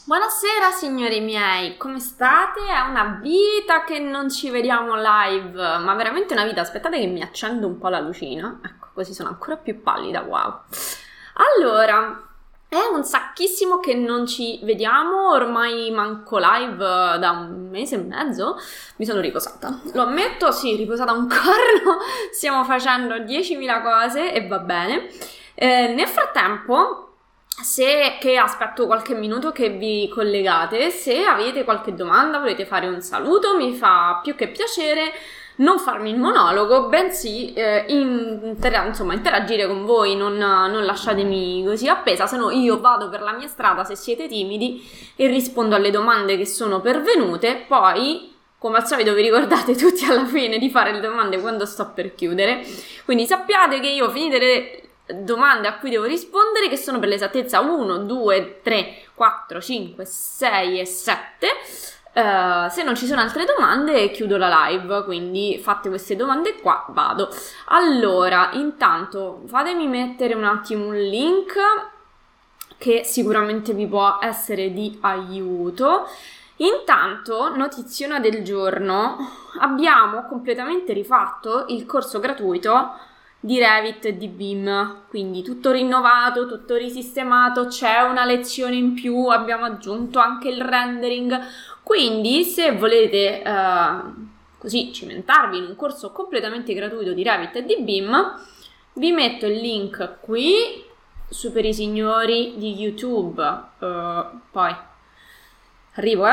Buonasera signori miei, come state? È una vita che non ci vediamo live, ma veramente una vita. Aspettate che mi accendo un po' la lucina, ecco, così sono ancora più pallida, wow. Allora, è un sacchissimo che non ci vediamo, ormai manco live da un mese e mezzo, mi sono riposata, lo ammetto, sì, riposata un corno, stiamo facendo 10.000 cose e va bene. Nel frattempo... che aspetto qualche minuto che vi collegate, se avete qualche domanda, volete fare un saluto, mi fa più che piacere non farmi il monologo, bensì interagire con voi, non lasciatemi così appesa, se no io vado per la mia strada se siete timidi e rispondo alle domande che sono pervenute, poi come al solito vi ricordate tutti alla fine di fare le domande quando sto per chiudere, quindi sappiate che io finite le domande a cui devo rispondere, che sono per l'esattezza 1, 2, 3, 4, 5, 6 e 7. Se non ci sono altre domande chiudo la live, quindi fate queste domande qua, vado. Allora, intanto fatemi mettere un attimo un link che sicuramente vi può essere di aiuto. Intanto, notiziona del giorno, abbiamo completamente rifatto il corso gratuito di Revit e di BIM, quindi tutto rinnovato, tutto risistemato, c'è una lezione in più, abbiamo aggiunto anche il rendering, quindi se volete così cimentarvi in un corso completamente gratuito di Revit e di BIM, vi metto il link qui su per i signori di YouTube, poi arrivo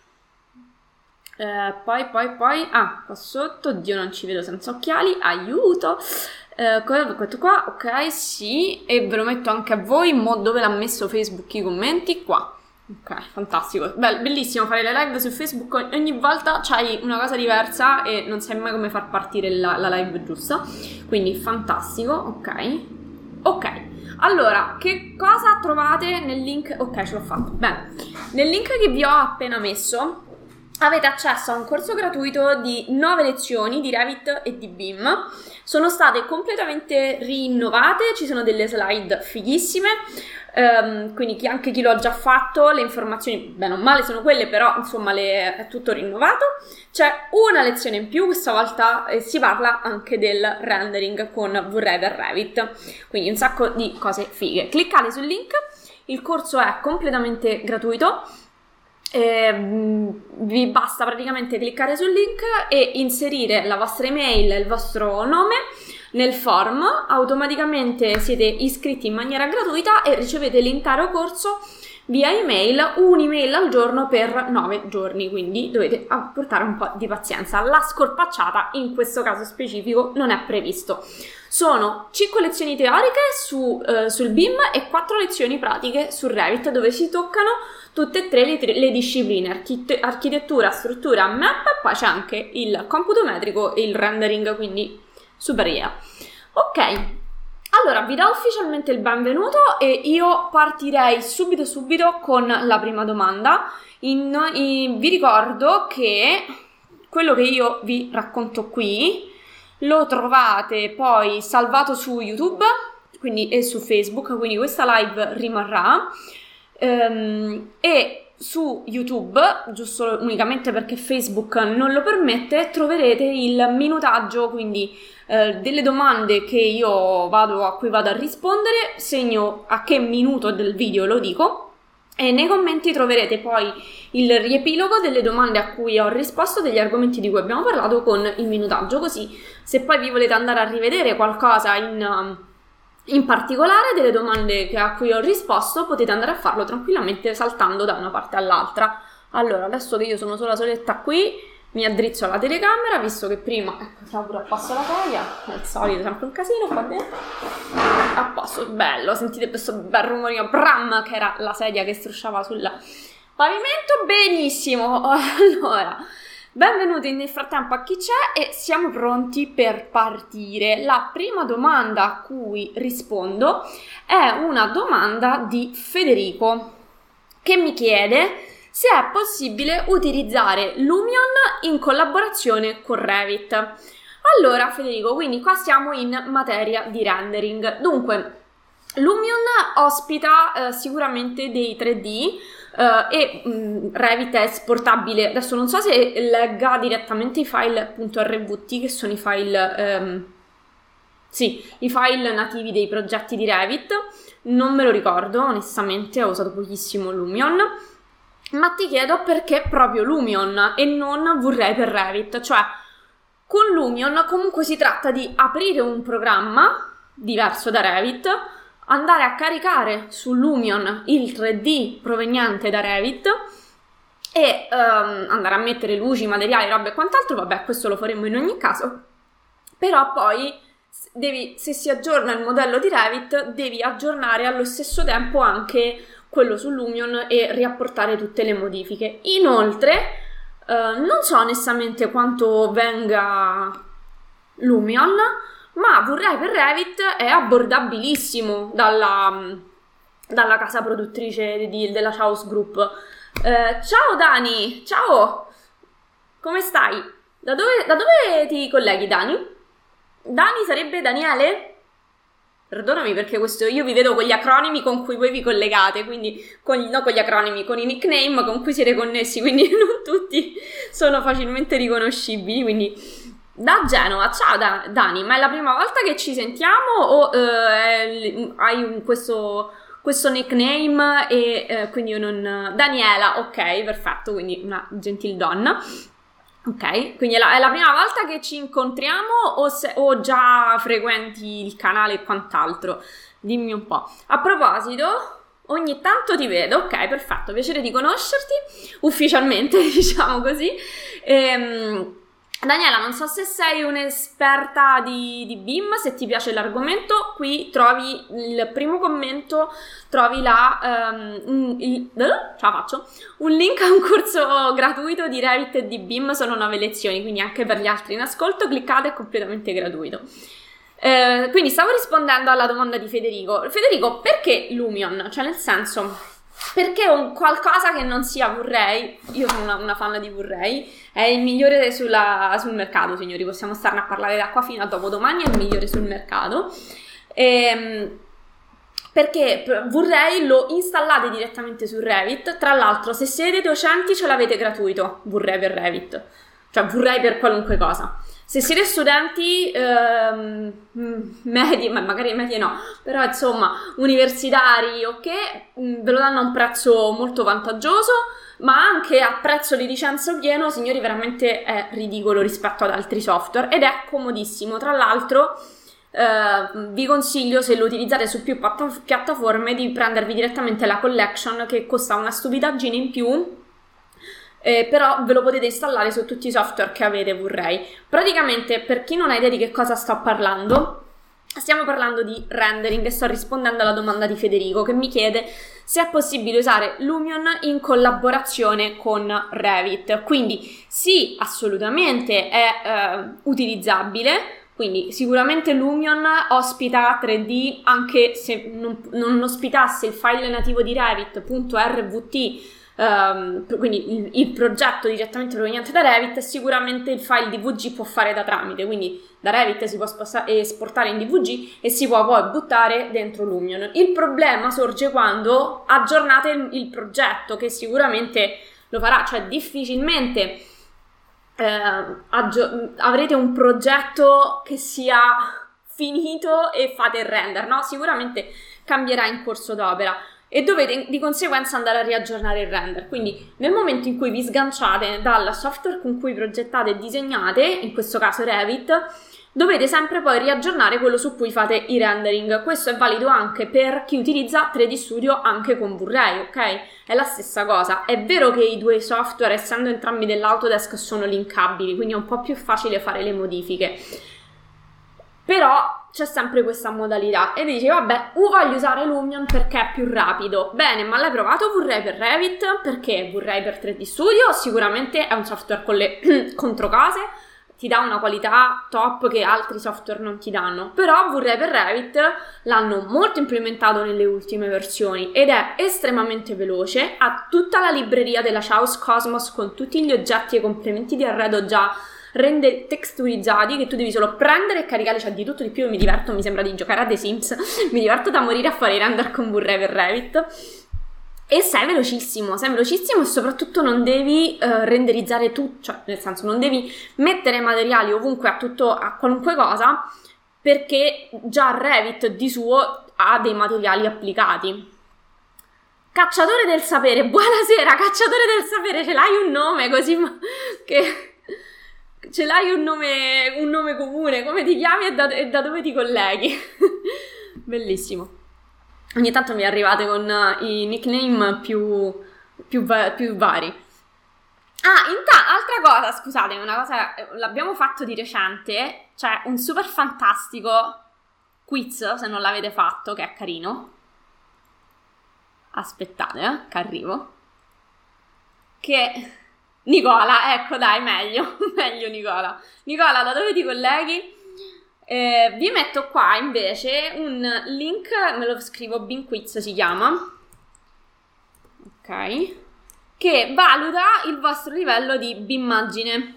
poi qua sotto, Dio non ci vedo senza occhiali, aiuto. Questo qua, ok, sì, e ve lo metto anche a voi, dove l'ha messo Facebook i commenti? Qua, ok, fantastico, bellissimo fare le live su Facebook, ogni volta c'hai una cosa diversa e non sai mai come far partire la live giusta, quindi fantastico, ok, allora, che cosa trovate nel link? Ok, ce l'ho fatto, bene, nel link che vi ho appena messo avete accesso a un corso gratuito di 9 lezioni di Revit e di BIM. Sono state completamente rinnovate, ci sono delle slide fighissime, quindi anche chi l'ho già fatto, le informazioni bene o male sono quelle, però insomma è tutto rinnovato. C'è una lezione in più, questa volta si parla anche del rendering con VRED e Revit, quindi un sacco di cose fighe. Cliccate sul link, il corso è completamente gratuito. Vi basta praticamente cliccare sul link e inserire la vostra email e il vostro nome nel form, automaticamente siete iscritti in maniera gratuita e ricevete l'intero corso via email, un'email al giorno per 9 giorni, quindi dovete portare un po' di pazienza. La scorpacciata in questo caso specifico non è previsto. Sono 5 lezioni teoriche sul BIM e 4 lezioni pratiche sul Revit, dove si toccano tutte e tre le discipline, architettura, struttura, map, e poi c'è anche il computo metrico e il rendering, quindi super idea. Ok, allora vi do ufficialmente il benvenuto e io partirei subito con la prima domanda. Vi ricordo che quello che io vi racconto qui lo trovate poi salvato su YouTube e su Facebook, quindi questa live rimarrà. E su YouTube, giusto unicamente perché Facebook non lo permette, troverete il minutaggio, quindi delle domande che a cui vado a rispondere, segno a che minuto del video lo dico, e nei commenti troverete poi il riepilogo delle domande a cui ho risposto, degli argomenti di cui abbiamo parlato con il minutaggio, così se poi vi volete andare a rivedere qualcosa in particolare delle domande a cui ho risposto, potete andare a farlo tranquillamente saltando da una parte all'altra. Allora, adesso che io sono soletta qui, mi addrizzo alla telecamera, visto che prima, ecco, siamo pure a posto la sedia, al solito sempre un casino qua dentro, a posto, bello, sentite questo bel rumorino, bram, che era la sedia che strusciava sul pavimento, benissimo, allora... Benvenuti nel frattempo a chi c'è e siamo pronti per partire. La prima domanda a cui rispondo è una domanda di Federico che mi chiede se è possibile utilizzare Lumion in collaborazione con Revit. Allora Federico, quindi qua siamo in materia di rendering. Dunque, Lumion ospita sicuramente dei 3D e Revit è esportabile. Adesso non so se legga direttamente i file .rvt, che sono i file i file nativi dei progetti di Revit. Non me lo ricordo, onestamente, ho usato pochissimo Lumion. Ma ti chiedo perché proprio Lumion e non V-Ray per Revit. Cioè, con Lumion comunque si tratta di aprire un programma diverso da Revit, andare a caricare su Lumion il 3D proveniente da Revit e andare a mettere luci, materiali, robe e quant'altro. Vabbè, questo lo faremo in ogni caso. Però poi se si aggiorna il modello di Revit, devi aggiornare allo stesso tempo anche quello su Lumion e riapportare tutte le modifiche. Inoltre, non so onestamente quanto venga Lumion, ma V-Ray per Revit è abbordabilissimo dalla casa produttrice della Chaos Group. Ciao Dani, ciao! Come stai? Da dove ti colleghi, Dani? Dani sarebbe Daniele? Perdonami perché io vi vedo con gli acronimi con cui voi vi collegate, quindi non con gli acronimi, con i nickname con cui siete connessi, quindi non tutti sono facilmente riconoscibili, quindi da Genova. Ciao Dani, ma è la prima volta che ci sentiamo o hai questo nickname e quindi io non... Daniela, ok, perfetto, quindi una gentil donna. Ok, quindi è la prima volta che ci incontriamo o già frequenti il canale e quant'altro? Dimmi un po'. A proposito, ogni tanto ti vedo, ok, perfetto, piacere di conoscerti ufficialmente, diciamo così. Daniela, non so se sei un'esperta di BIM, se ti piace l'argomento, qui trovi il primo commento, trovi un link a un corso gratuito di Revit e di BIM, sono 9 lezioni, quindi anche per gli altri in ascolto, cliccate, è completamente gratuito. Quindi stavo rispondendo alla domanda di Federico. Federico, perché Lumion? Cioè nel senso... Perché un qualcosa che non sia V-Ray, io sono una fan di V-Ray, è il migliore sul mercato, signori, possiamo starne a parlare da qua fino a dopodomani, è il migliore sul mercato, perché V-Ray lo installate direttamente su Revit. Tra l'altro, se siete docenti ce l'avete gratuito, V-Ray per Revit, cioè V-Ray per qualunque cosa. Se siete studenti medi, ma magari medie no, però insomma universitari, ok, ve lo danno a un prezzo molto vantaggioso, ma anche a prezzo di licenza pieno, signori, veramente è ridicolo rispetto ad altri software ed è comodissimo. Tra l'altro vi consiglio, se lo utilizzate su più piattaforme, di prendervi direttamente la collection, che costa una stupidaggine in più. Però ve lo potete installare su tutti i software che avete V-Ray. Praticamente, per chi non ha idea di che cosa sto parlando, stiamo parlando di rendering e sto rispondendo alla domanda di Federico, che mi chiede se è possibile usare Lumion in collaborazione con Revit. Quindi sì, assolutamente è utilizzabile. Quindi sicuramente Lumion ospita 3D, anche se non ospitasse il file nativo di Revit.rvt, quindi il progetto direttamente proveniente da Revit, sicuramente il file DVG può fare da tramite, quindi da Revit si può esportare in DVG e si può poi buttare dentro Lumion. Il problema sorge quando aggiornate il progetto, che sicuramente lo farà, cioè difficilmente avrete un progetto che sia finito e fate il render, no? Sicuramente cambierà in corso d'opera e dovete di conseguenza andare a riaggiornare il render. Quindi nel momento in cui vi sganciate dal software con cui progettate e disegnate, in questo caso Revit, dovete sempre poi riaggiornare quello su cui fate i rendering. Questo è valido anche per chi utilizza 3D Studio anche con V-Ray, ok? È la stessa cosa. È vero che i due software, essendo entrambi dell'Autodesk, sono linkabili, quindi è un po' più facile fare le modifiche. Però c'è sempre questa modalità e dici vabbè, voglio usare Lumion perché è più rapido. Bene, ma l'hai provato V-Ray per Revit? Perché V-Ray per 3D Studio sicuramente è un software con le controcose, ti dà una qualità top che altri software non ti danno, però V-Ray per Revit l'hanno molto implementato nelle ultime versioni ed è estremamente veloce, ha tutta la libreria della Chaos Cosmos con tutti gli oggetti e complementi di arredo già rende texturizzati che tu devi solo prendere e caricare, c'è di tutto di più. Io mi diverto, mi sembra di giocare a The Sims, mi diverto da morire a fare i render con Blu-ray per Revit. E sei velocissimo e soprattutto non devi renderizzare tutto, cioè nel senso non devi mettere materiali ovunque a qualunque cosa, perché già Revit di suo ha dei materiali applicati. Cacciatore del sapere, buonasera cacciatore del sapere, ce l'hai un nome così che ce l'hai un nome comune, come ti chiami e da dove ti colleghi? Bellissimo. Ogni tanto mi arrivate con i nickname più vari. Altra cosa, scusate, una cosa l'abbiamo fatto di recente, c'è un super fantastico quiz, se non l'avete fatto, che è carino. Aspettate, che arrivo. Che Nicola, ecco dai, meglio Nicola. Nicola, da dove ti colleghi? Vi metto qua invece un link, me lo scrivo, Beam Quiz si chiama, ok, che valuta il vostro livello di bimmagine.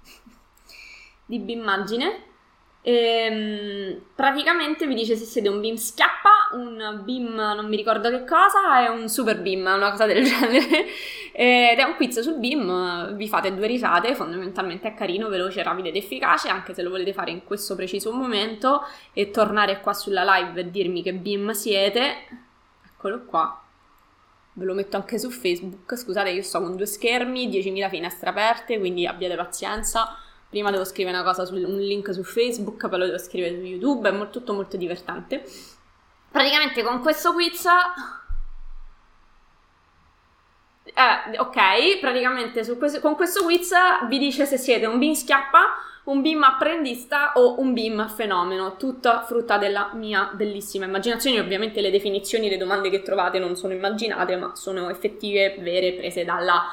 Praticamente vi dice se siete un beam schiappa, un beam non mi ricordo che cosa, e un super beam, una cosa del genere. Ed è un quiz sul beam, vi fate 2 risate, fondamentalmente è carino, veloce, rapido ed efficace, anche se lo volete fare in questo preciso momento e tornare qua sulla live e dirmi che beam siete. Eccolo qua, ve lo metto anche su Facebook. Scusate, io sto con 2 schermi, 10.000 finestre aperte, quindi abbiate pazienza. Prima devo scrivere una cosa un link su Facebook, poi lo devo scrivere su YouTube, è tutto molto divertente. Praticamente con questo quiz... ok, praticamente con questo quiz vi dice se siete un beam schiappa, un beam apprendista o un beam fenomeno, tutta frutta della mia bellissima immaginazione. Ovviamente le definizioni, le domande che trovate non sono immaginate, ma sono effettive, vere, prese dalla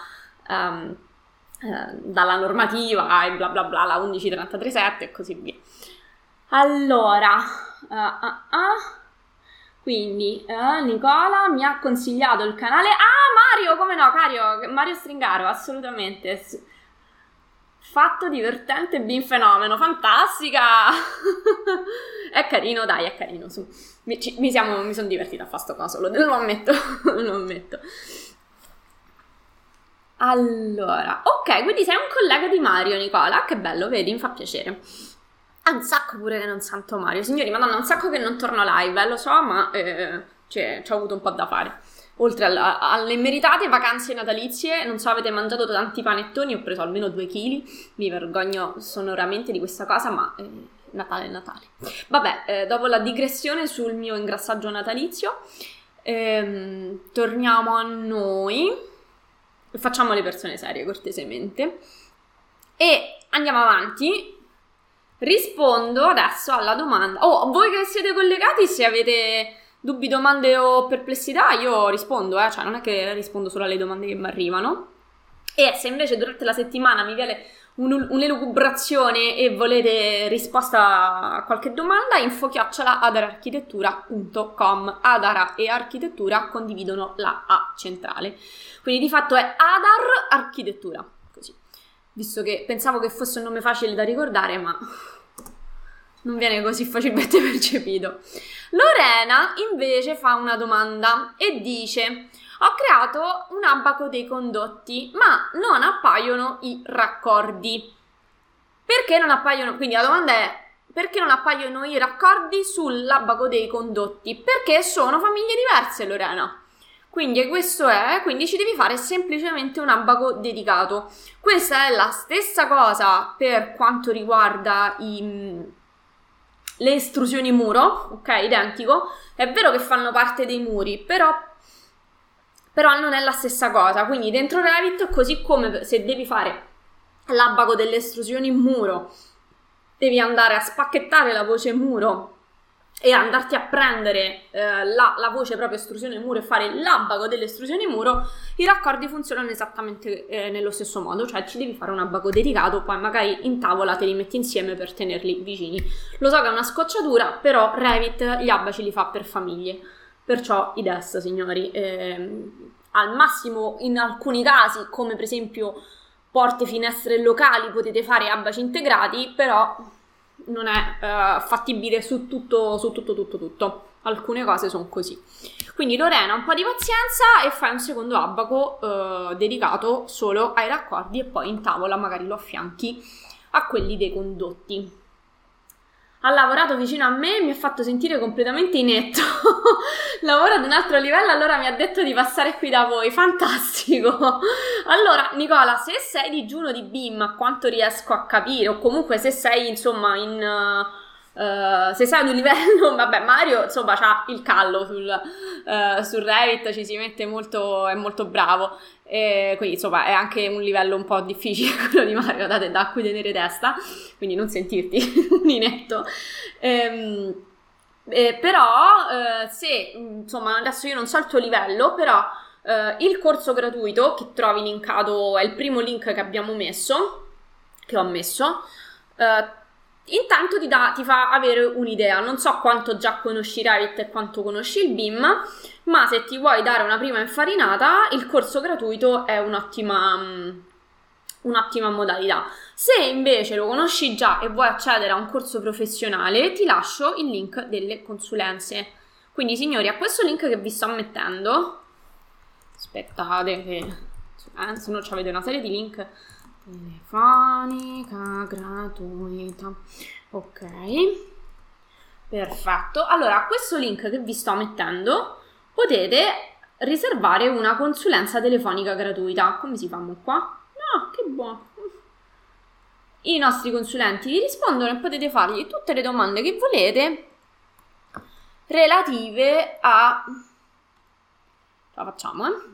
normativa e bla bla bla, la 11337 e così via. Allora, quindi Nicola mi ha consigliato il canale. Mario, come no, Mario Stringaro, assolutamente. Fatto divertente, ben fenomeno, fantastica. È carino, dai, è carino, su. Mi sono divertita a fare sto coso, lo ammetto. Allora, ok, quindi sei un collega di Mario, Nicola, che bello, vedi, mi fa piacere. È un sacco pure che non sento Mario, signori, madonna, è un sacco che non torno live, lo so, ma ci ho avuto un po' da fare. Oltre alle meritate vacanze natalizie, non so, avete mangiato tanti panettoni, ho preso almeno 2 kg, mi vergogno sonoramente di questa cosa, ma Natale è Natale. Vabbè, dopo la digressione sul mio ingrassaggio natalizio, torniamo a noi. Facciamo le persone serie cortesemente e andiamo avanti. Rispondo adesso alla domanda. Voi che siete collegati, se avete dubbi, domande o perplessità, io rispondo, cioè non è che rispondo solo alle domande che mi arrivano. E se invece durante la settimana mi viene un'elucubrazione e volete risposta a qualche domanda, info@adararchitettura.com. Adara e architettura condividono la A centrale, quindi di fatto è Adar Architettura, così, visto che pensavo che fosse un nome facile da ricordare, ma non viene così facilmente percepito. Lorena invece fa una domanda e dice: ho creato un abaco dei condotti, ma non appaiono i raccordi. Perché non appaiono? Quindi la domanda è: perché non appaiono i raccordi sull'abaco dei condotti? Perché sono famiglie diverse, Lorena. Quindi questo è, quindi ci devi fare semplicemente un abaco dedicato. Questa è la stessa cosa per quanto riguarda le estrusioni muro, ok? Identico. È vero che fanno parte dei muri, però non è la stessa cosa. Quindi dentro Revit, così come se devi fare l'abaco delle estrusioni muro, devi andare a spacchettare la voce muro e andarti a prendere la voce proprio estrusione muro e fare l'abaco delle estrusioni muro, i raccordi funzionano esattamente nello stesso modo, cioè ci devi fare un abaco dedicato, poi magari in tavola te li metti insieme per tenerli vicini. Lo so che è una scocciatura, però Revit gli abaci li fa per famiglie, perciò IDES, signori. Al massimo in alcuni casi, come per esempio porte, finestre locali, potete fare abaci integrati, però non è fattibile su tutto. Alcune cose sono così. Quindi Lorena, un po' di pazienza e fai un secondo abaco dedicato solo ai raccordi e poi in tavola magari lo affianchi a quelli dei condotti. Ha lavorato vicino a me e mi ha fatto sentire completamente inetto. Lavora ad un altro livello, allora mi ha detto di passare qui da voi. Fantastico! Allora, Nicola, se sei digiuno di BIM, a quanto riesco a capire, o comunque se sei, insomma, se sei ad un livello, vabbè, Mario, insomma, c'ha il callo sul Revit, ci si mette molto, è molto bravo. Quindi insomma è anche un livello un po' difficile quello di Mario da cui tenere testa, quindi non sentirti un inetto. Però se insomma adesso io non so il tuo livello, però il corso gratuito che trovi linkato è il primo link che ho messo. Intanto ti fa avere un'idea. Non so quanto già conosci Revit e quanto conosci il BIM, ma se ti vuoi dare una prima infarinata, il corso gratuito è un'ottima modalità. Se invece lo conosci già e vuoi accedere a un corso professionale, ti lascio il link delle consulenze. Quindi signori, a questo link che vi sto mettendo, aspettate che se no avete una serie di link. Telefonica gratuita, ok, perfetto. Allora, a questo link che vi sto mettendo potete riservare una consulenza telefonica gratuita. Come si fa qua? No, che buono. I nostri consulenti vi rispondono e potete fargli tutte le domande che volete relative a... Ce la facciamo,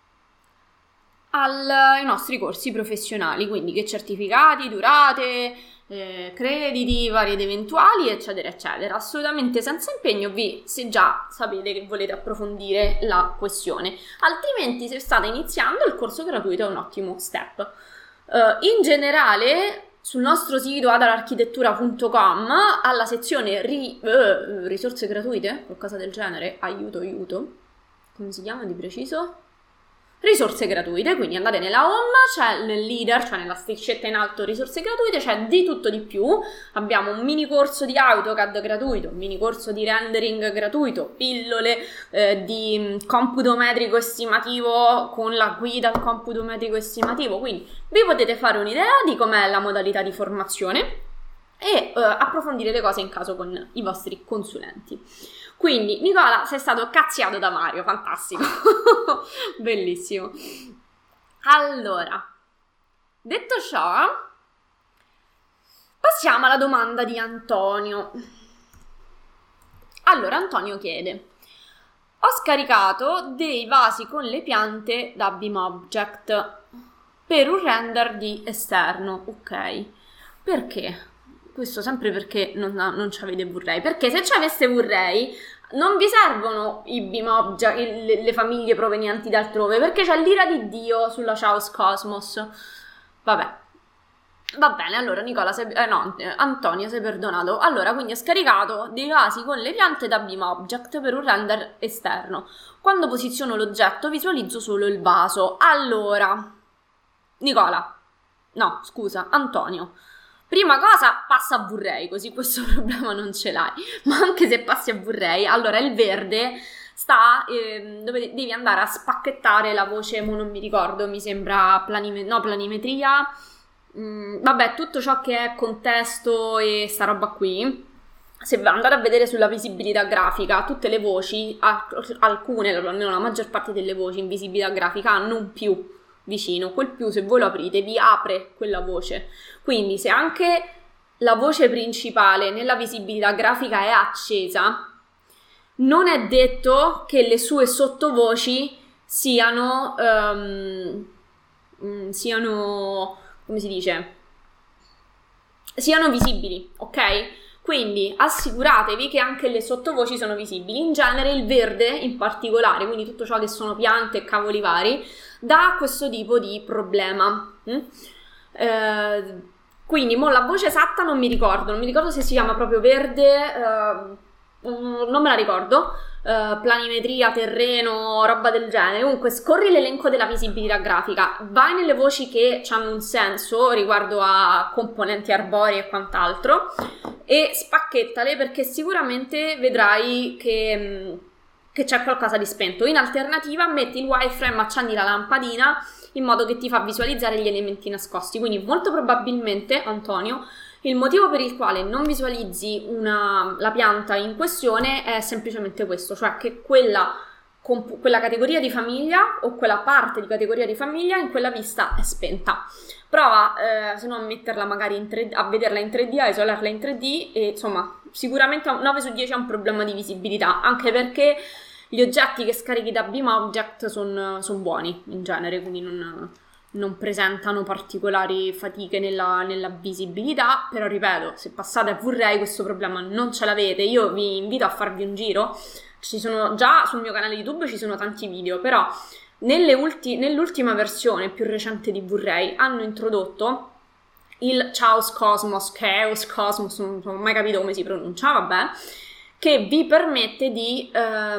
ai nostri corsi professionali, quindi che certificati, durate, crediti vari ed eventuali, eccetera eccetera, assolutamente senza impegno se già sapete che volete approfondire la questione. Altrimenti, se state iniziando, il corso gratuito è un ottimo step. In generale sul nostro sito adalarchitettura.com alla sezione risorse gratuite, qualcosa del genere, aiuto, come si chiama di preciso? Risorse gratuite, quindi andate nella home, c'è nel leader, cioè nella striscetta in alto risorse gratuite, c'è di tutto di più. Abbiamo un mini corso di AutoCAD gratuito, un mini corso di rendering gratuito, pillole di computo metrico estimativo con la guida al computo metrico estimativo, quindi vi potete fare un'idea di com'è la modalità di formazione e approfondire le cose in caso con i vostri consulenti. Quindi Nicola, sei stato cazziato da Mario, fantastico. Bellissimo. Allora, detto ciò, passiamo alla domanda di Antonio. Allora, Antonio chiede: ho scaricato dei vasi con le piante da BIMobject per un render di esterno, ok? Perché? Questo sempre perché non ci avete Vray. Perché se ci aveste Vray non vi servono i BIMobject, le famiglie provenienti da altrove, perché c'è l'ira di Dio sulla Chaos Cosmos. Vabbè. Va bene, allora Nicola, Antonio, sei perdonato. Allora, quindi ho scaricato dei vasi con le piante da BIMobject per un render esterno. Quando posiziono l'oggetto visualizzo solo il vaso. Allora, Nicola, no, scusa, Antonio. Prima cosa, passa a Vray, così questo problema non ce l'hai. Ma anche se passi a Vray, allora il verde sta dove devi andare a spacchettare la voce, non mi ricordo, mi sembra planimetria, vabbè, tutto ciò che è contesto e sta roba qui. Se andate a vedere sulla visibilità grafica, tutte le voci, alcune, almeno la maggior parte delle voci in visibilità grafica hanno un più vicino, quel più se voi lo aprite vi apre quella voce, quindi se anche la voce principale nella visibilità grafica è accesa, non è detto che le sue sottovoci siano come si dice, siano visibili, ok? Quindi assicuratevi che anche le sottovoci sono visibili. In genere il verde in particolare, quindi tutto ciò che sono piante e cavoli vari, dà questo tipo di problema. Quindi la voce esatta non mi ricordo se si chiama proprio verde, non me la ricordo, planimetria, terreno, roba del genere. Comunque scorri l'elenco della visibilità grafica, vai nelle voci che hanno un senso riguardo a componenti arbori e quant'altro e spacchettale, perché sicuramente vedrai che c'è qualcosa di spento. In alternativa metti il wireframe, accendi la lampadina in modo che ti fa visualizzare gli elementi nascosti. Quindi molto probabilmente, Antonio, il motivo per il quale non visualizzi la pianta in questione è semplicemente questo, cioè che quella categoria di famiglia o quella parte di categoria di famiglia in quella vista è spenta. Prova se no a metterla magari in 3D, a vederla in 3D, a isolarla in 3D e insomma sicuramente 9 su 10 è un problema di visibilità, anche perché gli oggetti che scarichi da BeamObject sono buoni in genere, quindi non presentano particolari fatiche nella visibilità, però ripeto, se passate a V-Ray questo problema non ce l'avete. Io vi invito a farvi un giro, già sul mio canale YouTube ci sono tanti video, però nell'ultima versione più recente di V-Ray hanno introdotto il Chaos Cosmos, non ho mai capito come si pronuncia, vabbè, che vi permette di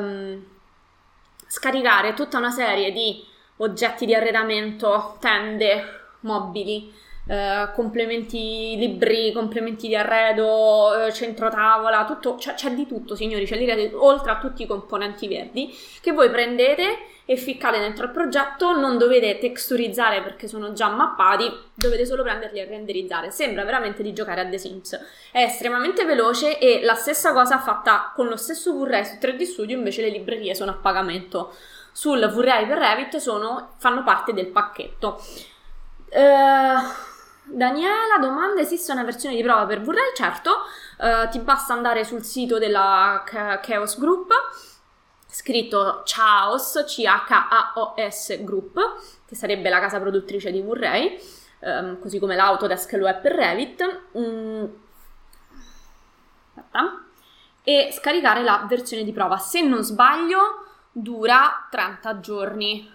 scaricare tutta una serie di oggetti di arredamento, tende, mobili, complementi libri, complementi di arredo, centro tavola, tutto, c'è di tutto, signori, c'è l'idea oltre a tutti i componenti verdi che voi prendete e ficcate dentro il progetto. Non dovete texturizzare perché sono già mappati, dovete solo prenderli e renderizzare. Sembra veramente di giocare a The Sims, è estremamente veloce e la stessa cosa fatta con lo stesso V-Ray su 3D Studio. Invece le librerie sono a pagamento, sul V-Ray per Revit fanno parte del pacchetto. Daniela domanda: esiste una versione di prova per V-Ray? Certo, ti basta andare sul sito della Chaos Group, scritto Chaos, CHAOS Group, che sarebbe la casa produttrice di V-Ray, così come l'Autodesk lo è per Revit, e scaricare la versione di prova. Se non sbaglio dura 30 giorni.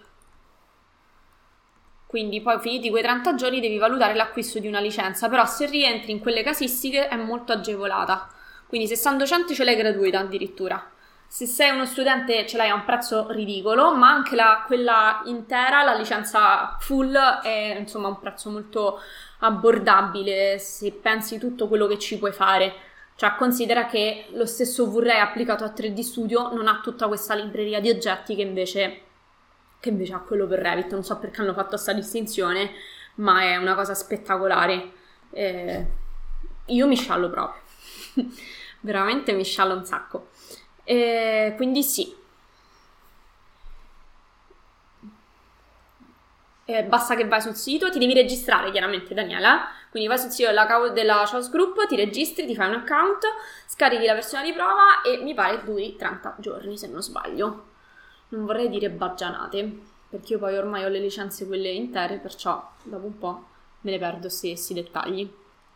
Quindi poi finiti quei 30 giorni devi valutare l'acquisto di una licenza, però se rientri in quelle casistiche è molto agevolata. Quindi se sei un docente ce l'hai gratuita addirittura. Se sei uno studente ce l'hai a un prezzo ridicolo, ma anche quella intera, la licenza full, è insomma un prezzo molto abbordabile se pensi tutto quello che ci puoi fare. Cioè considera che lo stesso V-Ray applicato a 3D Studio non ha tutta questa libreria di oggetti che invece ha quello per Revit. Non so perché hanno fatto questa distinzione, ma è una cosa spettacolare. Io mi sciallo proprio, veramente mi sciallo un sacco. Quindi sì, basta che vai sul sito, ti devi registrare chiaramente, Daniela, quindi vai sul sito della Chaos Group, ti registri, ti fai un account, scarichi la versione di prova e mi pare duri 30 giorni se non sbaglio. Non vorrei dire baggianate, perché io poi ormai ho le licenze quelle intere, perciò dopo un po' me ne perdo questi dettagli.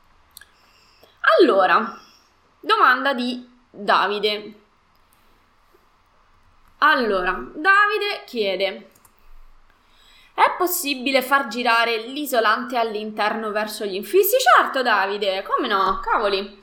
Allora, domanda di Davide. Allora, Davide chiede: è possibile far girare l'isolante all'interno verso gli infissi? Certo, Davide, come no, cavoli.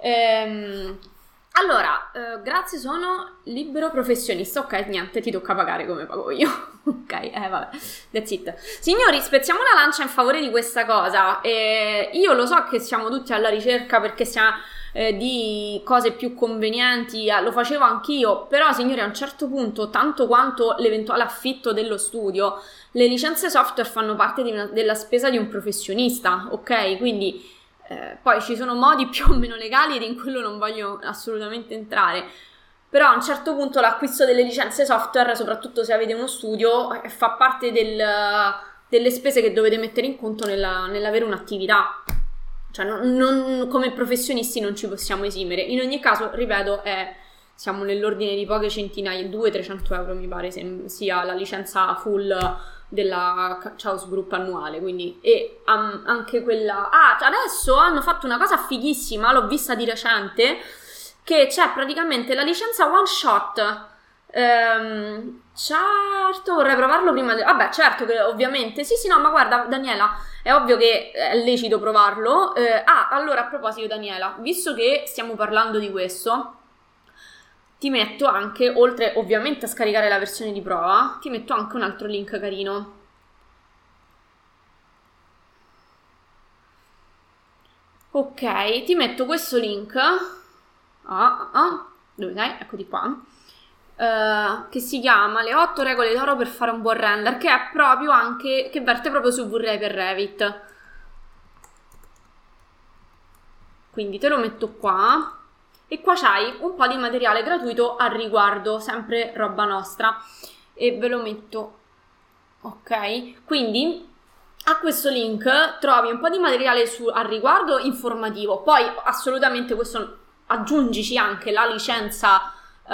Allora, grazie, sono libero professionista. Ok, niente, ti tocca pagare come pago io. Ok, vabbè, that's it. Signori, spezziamo una lancia in favore di questa cosa. Io lo so che siamo tutti alla ricerca perché siamo di cose più convenienti, lo facevo anch'io, però signori, a un certo punto, tanto quanto l'eventuale affitto dello studio, le licenze software fanno parte della spesa di un professionista, ok? Quindi poi ci sono modi più o meno legali ed in quello non voglio assolutamente entrare, però a un certo punto l'acquisto delle licenze software, soprattutto se avete uno studio, fa parte delle spese che dovete mettere in conto nell'avere un'attività. Cioè non, come professionisti non ci possiamo esimere. In ogni caso, ripeto, siamo nell'ordine di poche centinaia, 200-300 euro mi pare sia la licenza full della Chaos Group annuale, quindi anche quella. Adesso hanno fatto una cosa fighissima, l'ho vista di recente, che c'è praticamente la licenza one shot. Certo, vorrei provarlo prima vabbè, certo che ovviamente sì, no, ma guarda Daniela, è ovvio che è lecito provarlo. Allora, a proposito Daniela, visto che stiamo parlando di questo, ti metto anche, oltre ovviamente a scaricare la versione di prova, ti metto anche un altro link carino. Ok, ti metto questo link. Dove sei? Eccoti qua. Che si chiama Le 8 regole d'oro per fare un buon render, che è proprio anche, che verte proprio su V-Ray per Revit. Quindi te lo metto qua. E qua c'hai un po' di materiale gratuito al riguardo, sempre roba nostra, e ve lo metto, ok? Quindi a questo link trovi un po' di materiale al riguardo informativo, poi assolutamente questo aggiungici anche la licenza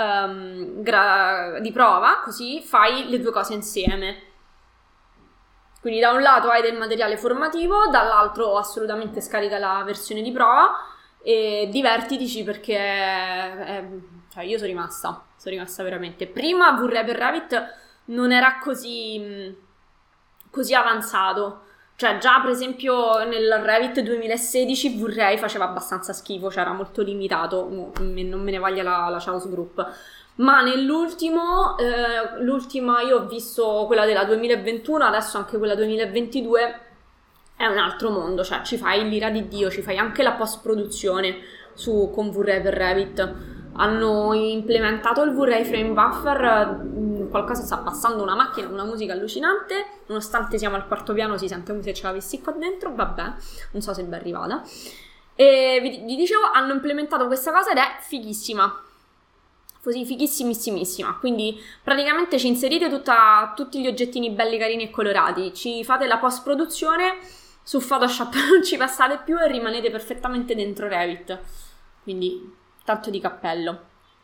di prova, così fai le due cose insieme. Quindi da un lato hai del materiale formativo, dall'altro assolutamente scarica la versione di prova e divertitici, perché cioè io sono rimasta veramente. Prima V-Ray per Revit non era così avanzato, cioè già per esempio nel Revit 2016 V-Ray faceva abbastanza schifo, cioè era molto limitato, non me ne voglia la Chaos Group, ma nell'ultima io ho visto quella della 2021, adesso anche quella 2022 è un altro mondo, cioè ci fai l'ira di Dio, ci fai anche la post-produzione con V-Ray per Revit. Hanno implementato il V-Ray Frame Buffer, qualcosa sta passando, una macchina, una musica allucinante, nonostante siamo al quarto piano si sente come se ce l'avessi qua dentro, vabbè, non so se è ben arrivata. E vi dicevo, hanno implementato questa cosa ed è fighissima. Così fighissimissimissima, quindi praticamente ci inserite tutti gli oggettini belli carini e colorati, ci fate la post produzione, su Photoshop non ci passate più e rimanete perfettamente dentro Revit, quindi tanto di cappello.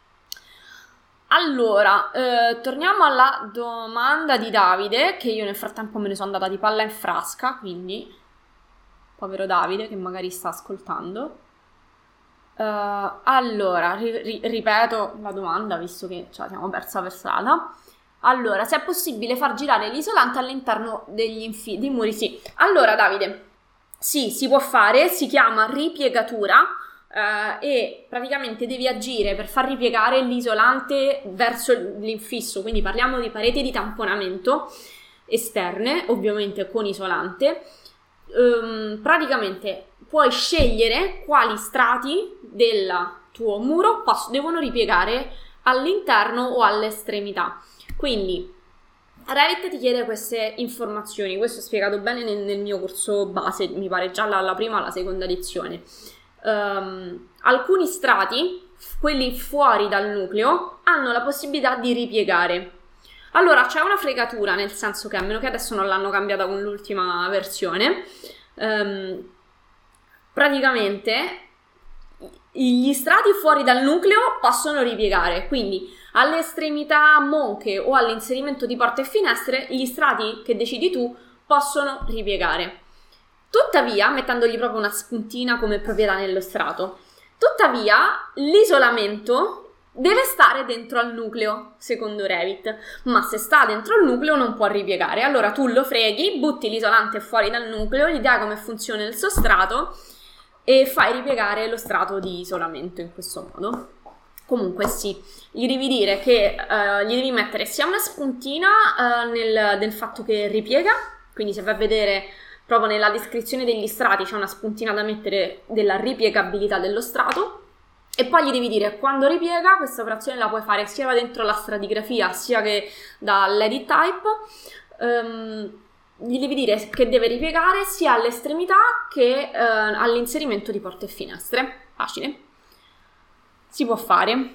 Allora, torniamo alla domanda di Davide, che io nel frattempo me ne sono andata di palla in frasca, quindi povero Davide che magari sta ascoltando. Allora, ripeto la domanda, visto che ce la siamo persa per strada. Allora, se è possibile far girare l'isolante all'interno dei muri, sì. Allora, Davide, sì, si può fare, si chiama ripiegatura, e praticamente devi agire per far ripiegare l'isolante verso l'infisso, quindi parliamo di pareti di tamponamento esterne, ovviamente con isolante. Praticamente puoi scegliere quali strati del tuo muro devono ripiegare all'interno o all'estremità. Quindi Revit ti chiede queste informazioni, questo è spiegato bene nel mio corso base, mi pare già la prima o la seconda edizione. Alcuni strati, quelli fuori dal nucleo, hanno la possibilità di ripiegare. Allora c'è una fregatura, nel senso che, a meno che adesso non l'hanno cambiata con l'ultima versione, praticamente gli strati fuori dal nucleo possono ripiegare, quindi alle estremità monche o all'inserimento di porte e finestre gli strati che decidi tu possono ripiegare. Tuttavia, mettendogli proprio una spuntina come proprietà nello strato, tuttavia l'isolamento deve stare dentro al nucleo, secondo Revit, ma se sta dentro al nucleo non può ripiegare. Allora tu lo freghi, butti l'isolante fuori dal nucleo, gli dai come funziona il sostrato e fai ripiegare lo strato di isolamento in questo modo. Comunque sì, gli devi dire che gli devi mettere sia una spuntina nel fatto che ripiega, quindi se vai a vedere proprio nella descrizione degli strati c'è una spuntina da mettere della ripiegabilità dello strato, e poi gli devi dire quando ripiega. Questa operazione la puoi fare sia da dentro la stratigrafia sia che dall'edit type. Gli devi dire che deve ripiegare sia all'estremità che all'inserimento di porte e finestre. Facile, si può fare.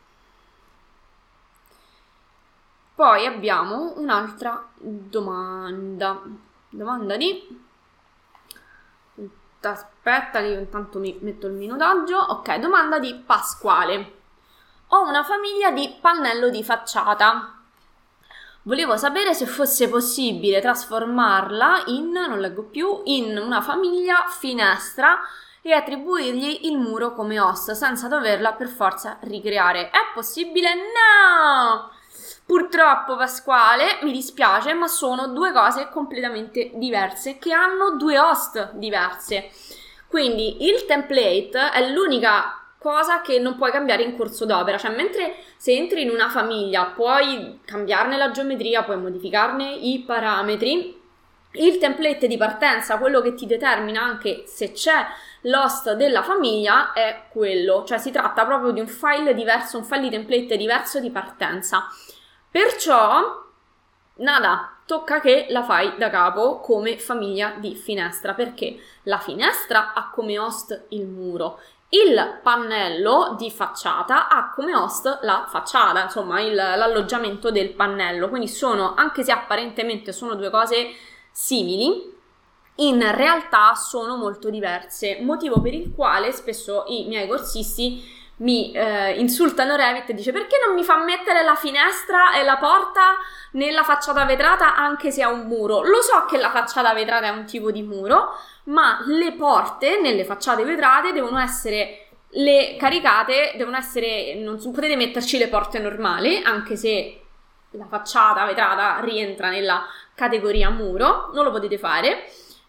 Poi abbiamo un'altra domanda di... Aspetta che io intanto mi metto il minutaggio. Ok, domanda di Pasquale. Ho una famiglia di pannello di facciata. Volevo sapere se fosse possibile trasformarla non leggo più, in una famiglia finestra e attribuirgli il muro come host senza doverla per forza ricreare. È possibile? No! Purtroppo, Pasquale, mi dispiace, ma sono due cose completamente diverse che hanno due host diverse. Quindi il template è l'unica cosa che non puoi cambiare in corso d'opera, cioè mentre se entri in una famiglia puoi cambiarne la geometria, puoi modificarne i parametri, il template di partenza, quello che ti determina anche se c'è l'host della famiglia, è quello, cioè si tratta proprio di un file diverso, un file di template diverso di partenza. Perciò, nada, tocca che la fai da capo come famiglia di finestra, perché la finestra ha come host il muro, il pannello di facciata ha come host la facciata, insomma l'alloggiamento del pannello, quindi sono, anche se apparentemente sono due cose simili, in realtà sono molto diverse, motivo per il quale spesso i miei corsisti mi insultano Revit e dice: perché non mi fa mettere la finestra e la porta nella facciata vetrata anche se ha un muro? Lo so che la facciata vetrata è un tipo di muro, ma le porte nelle facciate vetrate devono essere caricate, devono essere, non potete metterci le porte normali, anche se la facciata vetrata rientra nella categoria muro, non lo potete fare.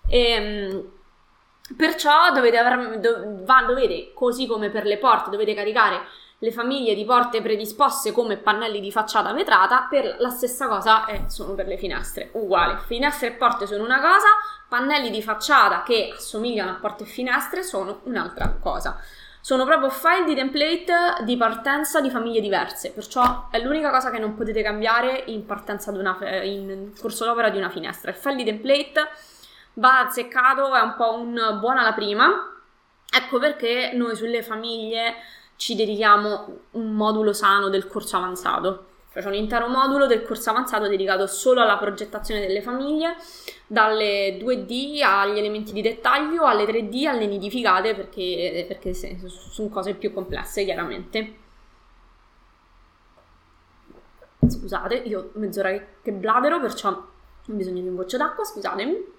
Perciò dovete, così come per le porte, dovete caricare le famiglie di porte predisposte come pannelli di facciata vetrata. Per la stessa cosa sono per le finestre, uguale. Finestre e porte sono una cosa, pannelli di facciata che assomigliano a porte e finestre sono un'altra cosa. Sono proprio file di template di partenza di famiglie diverse, perciò è l'unica cosa che non potete cambiare in partenza in corso d'opera di una finestra. Il file di template va azzeccato, è un po' un buona alla prima, ecco perché noi sulle famiglie ci dedichiamo un modulo sano del corso avanzato, cioè c'è un intero modulo del corso avanzato dedicato solo alla progettazione delle famiglie, dalle 2D agli elementi di dettaglio, alle 3D, alle nidificate, perché sono cose più complesse chiaramente. Scusate, io ho mezz'ora che bladero, perciò ho bisogno di un goccio d'acqua, scusatemi.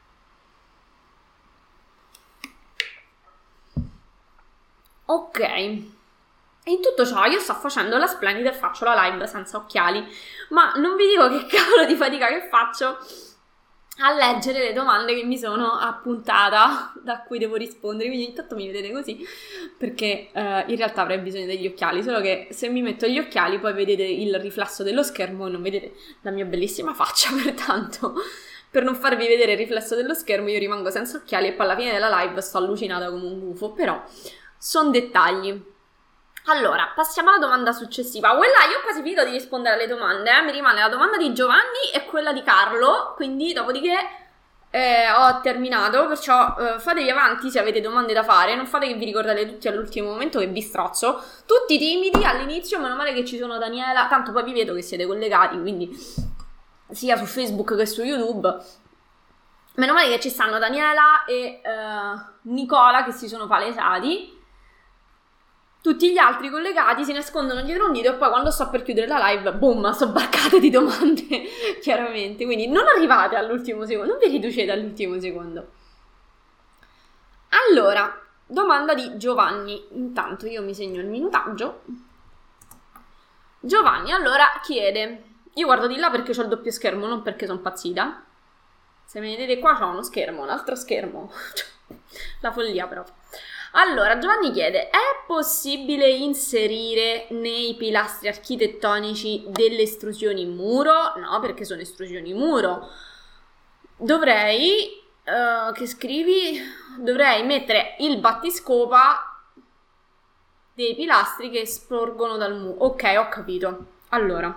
Ok, in tutto ciò io sto facendo la splendida e faccio la live senza occhiali, ma non vi dico che cavolo di fatica che faccio a leggere le domande che mi sono appuntata, da cui devo rispondere, quindi intanto mi vedete così, perché in realtà avrei bisogno degli occhiali, solo che se mi metto gli occhiali poi vedete il riflesso dello schermo e non vedete la mia bellissima faccia, pertanto per non farvi vedere il riflesso dello schermo io rimango senza occhiali e poi alla fine della live sto allucinata come un gufo, però sono dettagli. Allora, passiamo alla domanda successiva. Quella, io ho quasi finito di rispondere alle domande, mi rimane la domanda di Giovanni e quella di Carlo, quindi dopodiché ho terminato, perciò fatevi avanti se avete domande da fare, non fate che vi ricordate tutti all'ultimo momento che vi strozzo, tutti timidi all'inizio, meno male che ci sono Daniela, tanto poi vi vedo che siete collegati, quindi sia su Facebook che su YouTube. Meno male che ci stanno Daniela e Nicola che si sono palesati. Tutti gli altri collegati si nascondono dietro un dito e poi quando sto per chiudere la live, boom, sono barcate di domande, chiaramente. Quindi non arrivate all'ultimo secondo, non vi riducete all'ultimo secondo. Allora, domanda di Giovanni. Intanto io mi segno il minutaggio. Giovanni, allora, chiede... Io guardo di là perché ho il doppio schermo, non perché sono impazzita. Se mi vedete qua c'ho uno schermo, un altro schermo. La follia proprio. Allora, Giovanni chiede: è possibile inserire nei pilastri architettonici delle estrusioni muro? No, perché sono estrusioni muro. Dovrei mettere il battiscopa dei pilastri che sporgono dal muro. Ok, ho capito. Allora,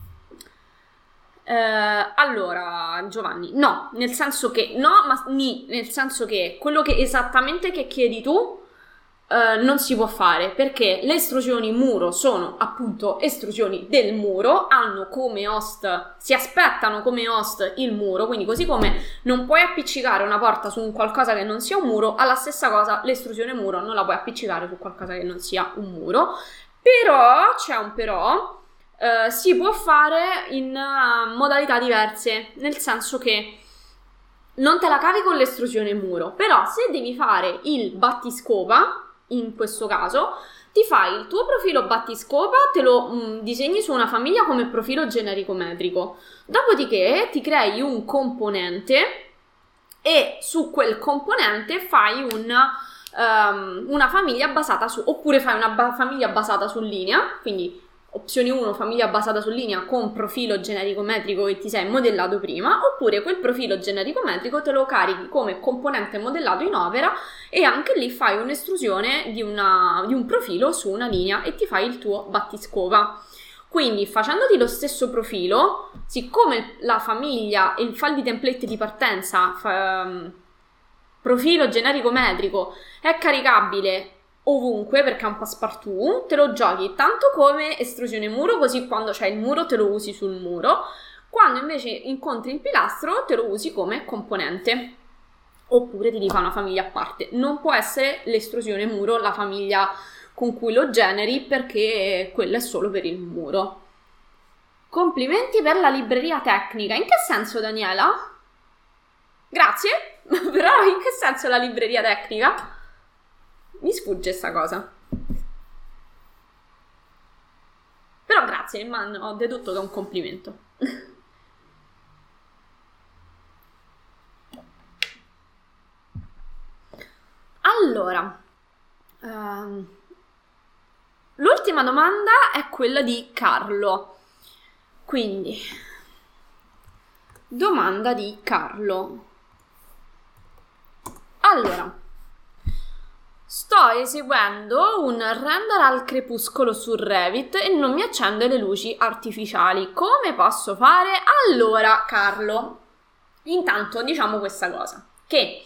Giovanni, no, nel senso che nel senso che quello che esattamente che chiedi tu non si può fare, perché le estrusioni muro sono appunto estrusioni del muro, hanno come host, si aspettano come host il muro, quindi così come non puoi appiccicare una porta su un qualcosa che non sia un muro, alla stessa cosa l'estrusione muro non la puoi appiccicare su qualcosa che non sia un muro. Però c'è un però, si può fare in modalità diverse, nel senso che non te la cavi con l'estrusione muro, però se devi fare il battiscopa, in questo caso, ti fai il tuo profilo battiscopa, te lo disegni su una famiglia come profilo generico metrico, dopodiché ti crei un componente e su quel componente fai un una famiglia basata su, oppure fai una famiglia basata su linea, quindi opzione 1, famiglia basata su linea con profilo generico-metrico che ti sei modellato prima, oppure quel profilo generico-metrico te lo carichi come componente modellato in Opera e anche lì fai un'estrusione di un profilo su una linea e ti fai il tuo battiscova. Quindi facendoti lo stesso profilo, siccome la famiglia, il file di template di partenza, profilo generico-metrico, è caricabile ovunque perché è un passepartout, te lo giochi tanto come estrusione muro, così quando c'è il muro te lo usi sul muro, quando invece incontri il pilastro te lo usi come componente, oppure ti fa una famiglia a parte. Non può essere l'estrusione muro la famiglia con cui lo generi, perché quella è solo per il muro. Complimenti per la libreria tecnica. In che senso, Daniela? Grazie, però in che senso la libreria tecnica? Mi sfugge sta cosa. Però grazie, ma ho dedotto che è un complimento. Allora, l'ultima domanda è quella di Carlo. Quindi, domanda di Carlo. Allora, sto eseguendo un render al crepuscolo su Revit e non mi accende le luci artificiali. Come posso fare? Allora, Carlo, intanto diciamo questa cosa, che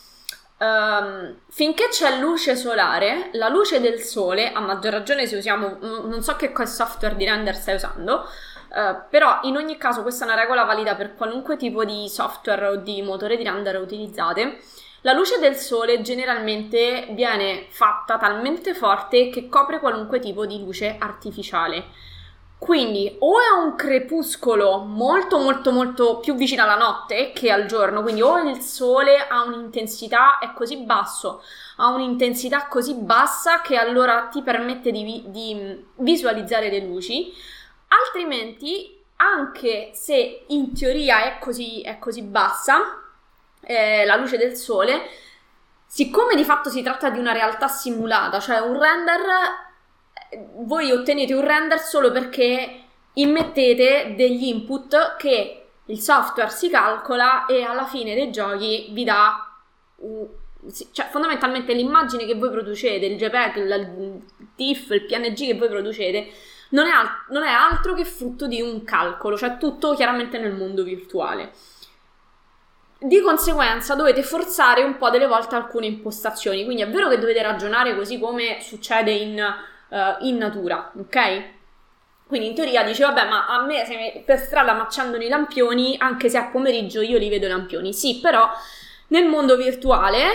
finché c'è luce solare, la luce del sole, a maggior ragione se usiamo, non so che software di render stai usando, però in ogni caso questa è una regola valida per qualunque tipo di software o di motore di render utilizzate. La luce del sole generalmente viene fatta talmente forte che copre qualunque tipo di luce artificiale. Quindi o è un crepuscolo molto molto molto più vicino alla notte che al giorno, quindi o il sole ha un'intensità, è così basso, ha un'intensità così bassa che allora ti permette di visualizzare le luci, altrimenti anche se in teoria è così bassa, la luce del sole, siccome di fatto si tratta di una realtà simulata, cioè un render, voi ottenete un render solo perché immettete degli input che il software si calcola e alla fine dei giochi vi dà, cioè fondamentalmente l'immagine che voi producete, il JPEG, il TIFF, il PNG che voi producete non è altro che frutto di un calcolo, cioè tutto chiaramente nel mondo virtuale. Di conseguenza dovete forzare un po' delle volte alcune impostazioni, quindi è vero che dovete ragionare così come succede in natura, ok? Quindi in teoria dice, vabbè, ma a me se per strada mi accendono i lampioni, anche se a pomeriggio io li vedo i lampioni. Sì, però nel mondo virtuale,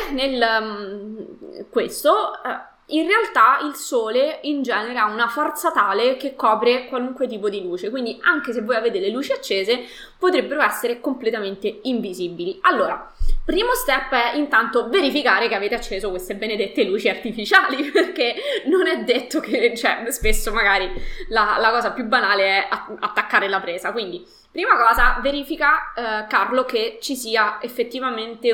in realtà il sole in genere ha una forza tale che copre qualunque tipo di luce, quindi anche se voi avete le luci accese potrebbero essere completamente invisibili. Allora, primo step è intanto verificare che avete acceso queste benedette luci artificiali, perché non è detto che, cioè, spesso magari la cosa più banale è attaccare la presa. Quindi, prima cosa, verifica, Carlo, che ci sia effettivamente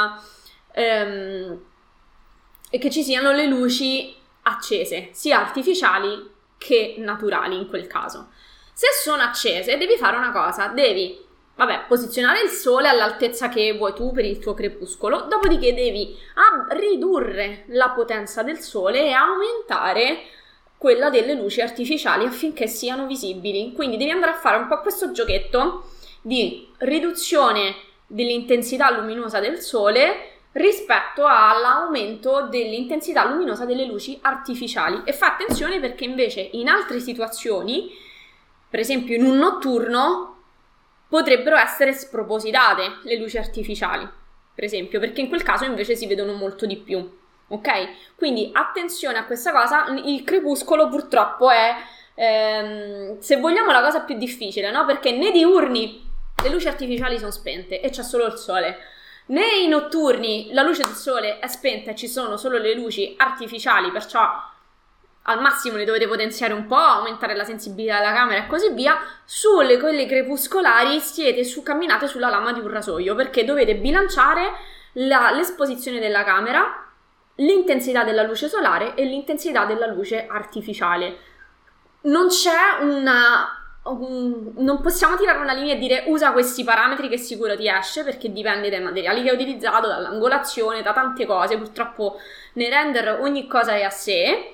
e che ci siano le luci accese, sia artificiali che naturali in quel caso. Se sono accese, devi fare una cosa, devi, posizionare il sole all'altezza che vuoi tu per il tuo crepuscolo, dopodiché devi ridurre la potenza del sole e aumentare quella delle luci artificiali affinché siano visibili. Quindi devi andare a fare un po' questo giochetto di riduzione dell'intensità luminosa del sole rispetto all'aumento dell'intensità luminosa delle luci artificiali. E fa attenzione perché invece in altre situazioni, per esempio in un notturno, potrebbero essere spropositate le luci artificiali, per esempio, perché in quel caso invece si vedono molto di più, ok? Quindi attenzione a questa cosa. Il crepuscolo purtroppo è, se vogliamo, la cosa più difficile, no? Perché nei diurni le luci artificiali sono spente e c'è solo il sole. Nei notturni la luce del sole è spenta e ci sono solo le luci artificiali, perciò al massimo le dovete potenziare un po', aumentare la sensibilità della camera e così via. Quelle crepuscolari camminate sulla lama di un rasoio, perché dovete bilanciare l'esposizione della camera, l'intensità della luce solare e l'intensità della luce artificiale. Non c'è non possiamo tirare una linea e dire usa questi parametri che sicuro ti esce, perché dipende dai materiali che hai utilizzato, dall'angolazione, da tante cose. Purtroppo nei render ogni cosa è a sé.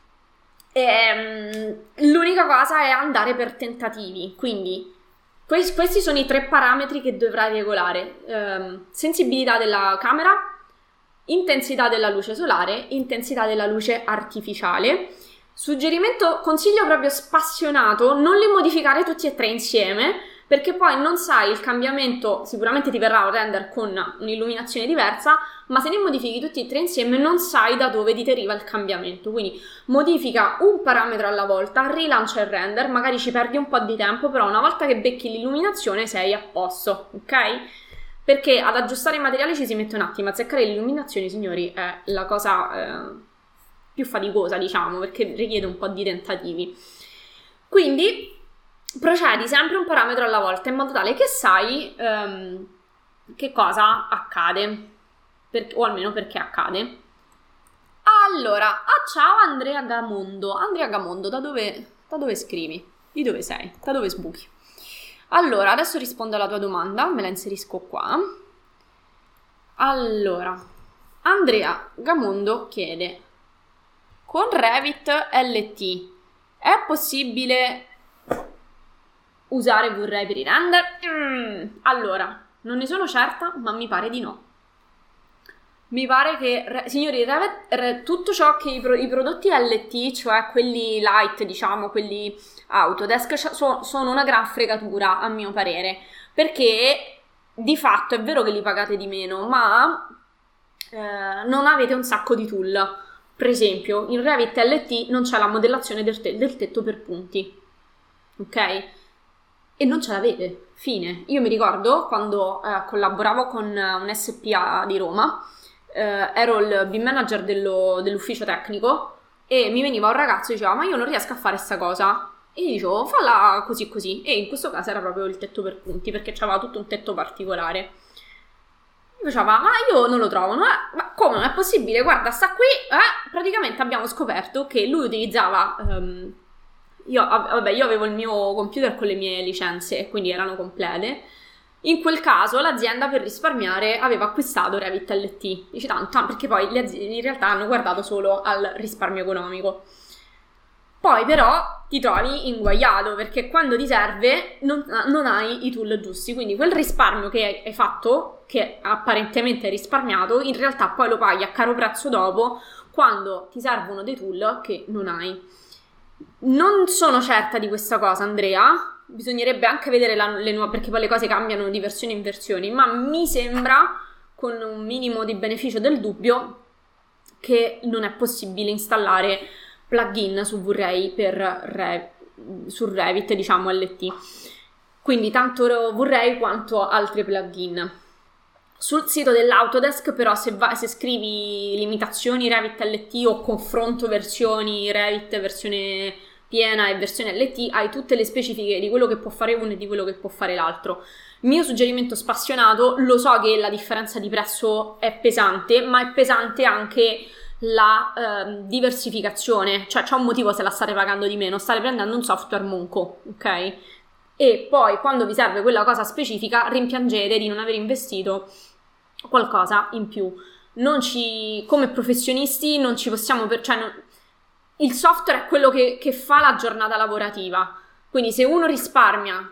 L'unica cosa è andare per tentativi, quindi questi sono i 3 parametri che dovrai regolare: sensibilità della camera, intensità della luce solare, intensità della luce artificiale. Suggerimento, consiglio proprio spassionato, non li modificare tutti e 3 insieme, perché poi non sai il cambiamento. Sicuramente ti verrà un render con un'illuminazione diversa, ma se ne modifichi tutti e 3 insieme non sai da dove ti deriva il cambiamento. Quindi modifica un parametro alla volta, rilancia il render, magari ci perdi un po' di tempo, però una volta che becchi l'illuminazione sei a posto, ok? Perché ad aggiustare i materiali ci si mette un attimo, a azzeccare l'illuminazione, signori, è la cosa più faticosa, diciamo, perché richiede un po' di tentativi. Quindi procedi sempre un parametro alla volta, in modo tale che sai che cosa accade, o almeno perché accade. Allora, ciao Andrea Gamondo. Andrea Gamondo, da dove scrivi? Di dove sei? Da dove sbuchi? Allora, adesso rispondo alla tua domanda, me la inserisco qua. Allora, Andrea Gamondo chiede: con Revit LT è possibile usare V-Ray per i render? Allora, non ne sono certa, ma mi pare di no. Mi pare che, signori, tutto ciò che i prodotti LT, cioè quelli light, diciamo, quelli Autodesk, sono una gran fregatura, a mio parere, perché di fatto è vero che li pagate di meno, ma non avete un sacco di tool. Per esempio, in Revit LT non c'è la modellazione del tetto per punti, ok? E non ce l'avete, fine. Io mi ricordo quando collaboravo con un SPA di Roma, ero il BIM manager dell'ufficio tecnico, e mi veniva un ragazzo e diceva: ma io non riesco a fare sta cosa. E io dicevo: falla così così. E in questo caso era proprio il tetto per punti, perché c'aveva tutto un tetto particolare. Diceva: ma io non lo trovo, no? Ma come, non è possibile? Guarda, sta qui. Praticamente abbiamo scoperto che lui utilizzava io avevo il mio computer con le mie licenze, quindi erano complete. In quel caso l'azienda, per risparmiare, aveva acquistato Revit LT. Dice tanto, perché poi le aziende in realtà hanno guardato solo al risparmio economico. Poi però ti trovi inguaiato, perché quando ti serve non hai i tool giusti, quindi quel risparmio che hai fatto, che apparentemente hai risparmiato, in realtà poi lo paghi a caro prezzo dopo, quando ti servono dei tool che non hai. Non sono certa di questa cosa, Andrea, bisognerebbe anche vedere le nuove, perché poi le cose cambiano di versione in versione, ma mi sembra, con un minimo di beneficio del dubbio, che non è possibile installare plugin su V-Ray su Revit, diciamo LT, quindi tanto V-Ray quanto altri plugin. Sul sito dell'Autodesk però, se scrivi limitazioni Revit LT o confronto versioni Revit versione piena e versione LT, hai tutte le specifiche di quello che può fare uno e di quello che può fare l'altro. Mio suggerimento spassionato: lo so che la differenza di prezzo è pesante, ma è pesante anche la diversificazione, cioè c'è un motivo se la state pagando di meno, state prendendo un software monco, ok? E poi quando vi serve quella cosa specifica rimpiangete di non aver investito qualcosa in più. Come professionisti non ci possiamo il software è quello che fa la giornata lavorativa, quindi se uno risparmia,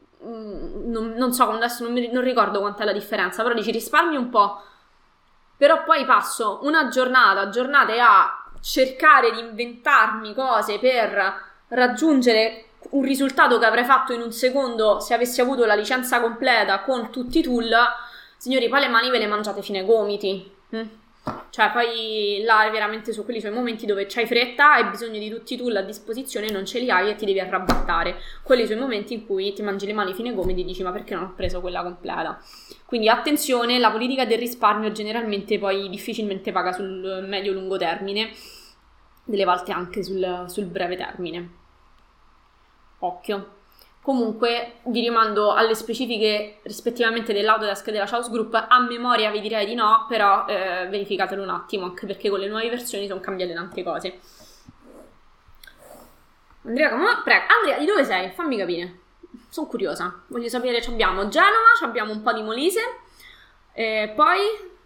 non so, adesso non ricordo quant'è la differenza, però dici risparmi un po', però poi passo una giornate a cercare di inventarmi cose per raggiungere un risultato che avrei fatto in un secondo se avessi avuto la licenza completa con tutti i tool. Signori, poi le mani ve le mangiate fino ai gomiti. Cioè poi là veramente su quelli sono i momenti dove c'hai fretta, hai bisogno di tutti i tool a disposizione, non ce li hai e ti devi arrabattare. Quelli sono i momenti in cui ti mangi le mani fino ai gomiti e dici: ma perché non ho preso quella completa? Quindi attenzione, la politica del risparmio generalmente poi difficilmente paga sul medio-lungo termine, delle volte anche sul breve termine. Occhio. Comunque vi rimando alle specifiche rispettivamente dell'Autodesk e della Chaos Group. A memoria vi direi di no, però verificatelo un attimo, anche perché con le nuove versioni sono cambiate tante cose. Andrea, prego. Andrea, di dove sei? Fammi capire. Sono curiosa. Voglio sapere, abbiamo Genova, abbiamo un po' di Molise, poi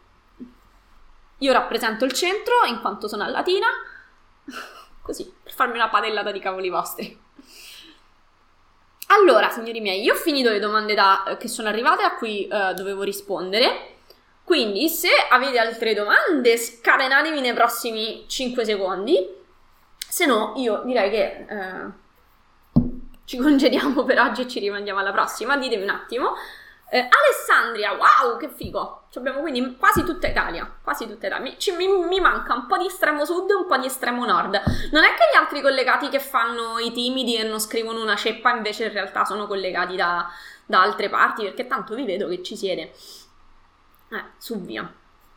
io rappresento il centro in quanto sono a Latina, così, per farmi una padellata di cavoli vostri. Allora, signori miei, io ho finito le domande che sono arrivate a cui dovevo rispondere, quindi se avete altre domande scatenatevi nei prossimi 5 secondi, se no io direi che ci congediamo per oggi e ci rimandiamo alla prossima. Ditemi un attimo. Alessandria, wow, che figo! Abbiamo quindi quasi tutta Italia. Mi manca un po' di estremo sud e un po' di estremo nord. Non è che gli altri collegati che fanno i timidi e non scrivono una ceppa invece in realtà sono collegati da altre parti, perché tanto vi vedo che ci siete. Su via.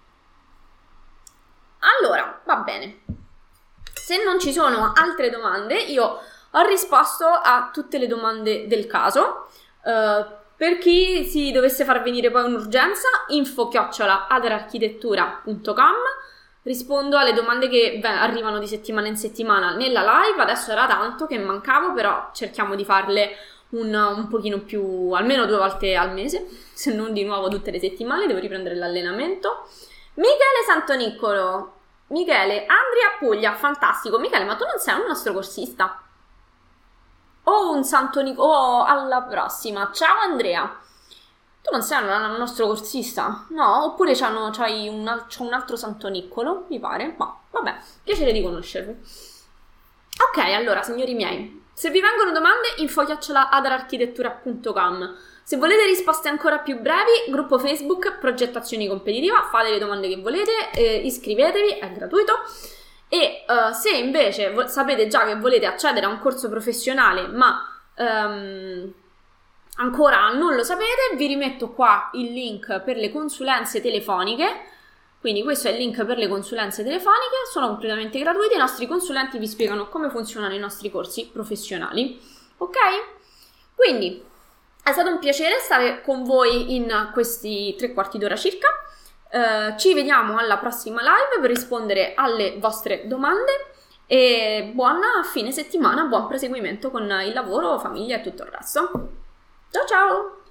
Allora, va bene. Se non ci sono altre domande, io ho risposto a tutte le domande del caso. Per chi si dovesse far venire poi un'urgenza, info@aderarchitettura.com. Rispondo alle domande che arrivano di settimana in settimana nella live. Adesso era tanto che mancavo, però cerchiamo di farle un pochino più, almeno 2 volte al mese, se non di nuovo tutte le settimane. Devo riprendere l'allenamento. Michele Santoniccolo, Michele, Andrea Puglia, fantastico. Michele, ma tu non sei un nostro corsista? Un Santoniccolo, alla prossima. Ciao Andrea. Tu non sei un nostro corsista? No? Oppure c'hai un altro Santoniccolo, mi pare? Ma vabbè, piacere di conoscervi. Ok, allora, signori miei, se vi vengono domande, info@aderarchitettura.com. Se volete risposte ancora più brevi, gruppo Facebook Progettazioni Competitiva, fate le domande che volete, iscrivetevi, è gratuito. E se invece sapete già che volete accedere a un corso professionale ma ancora non lo sapete, vi rimetto qua il link per le consulenze telefoniche. Quindi questo è il link per le consulenze telefoniche, sono completamente gratuite, i nostri consulenti vi spiegano come funzionano i nostri corsi professionali, ok? Quindi è stato un piacere stare con voi in questi 3/4 d'ora circa. Ci vediamo alla prossima live per rispondere alle vostre domande e buona fine settimana, buon proseguimento con il lavoro, famiglia e tutto il resto. Ciao ciao!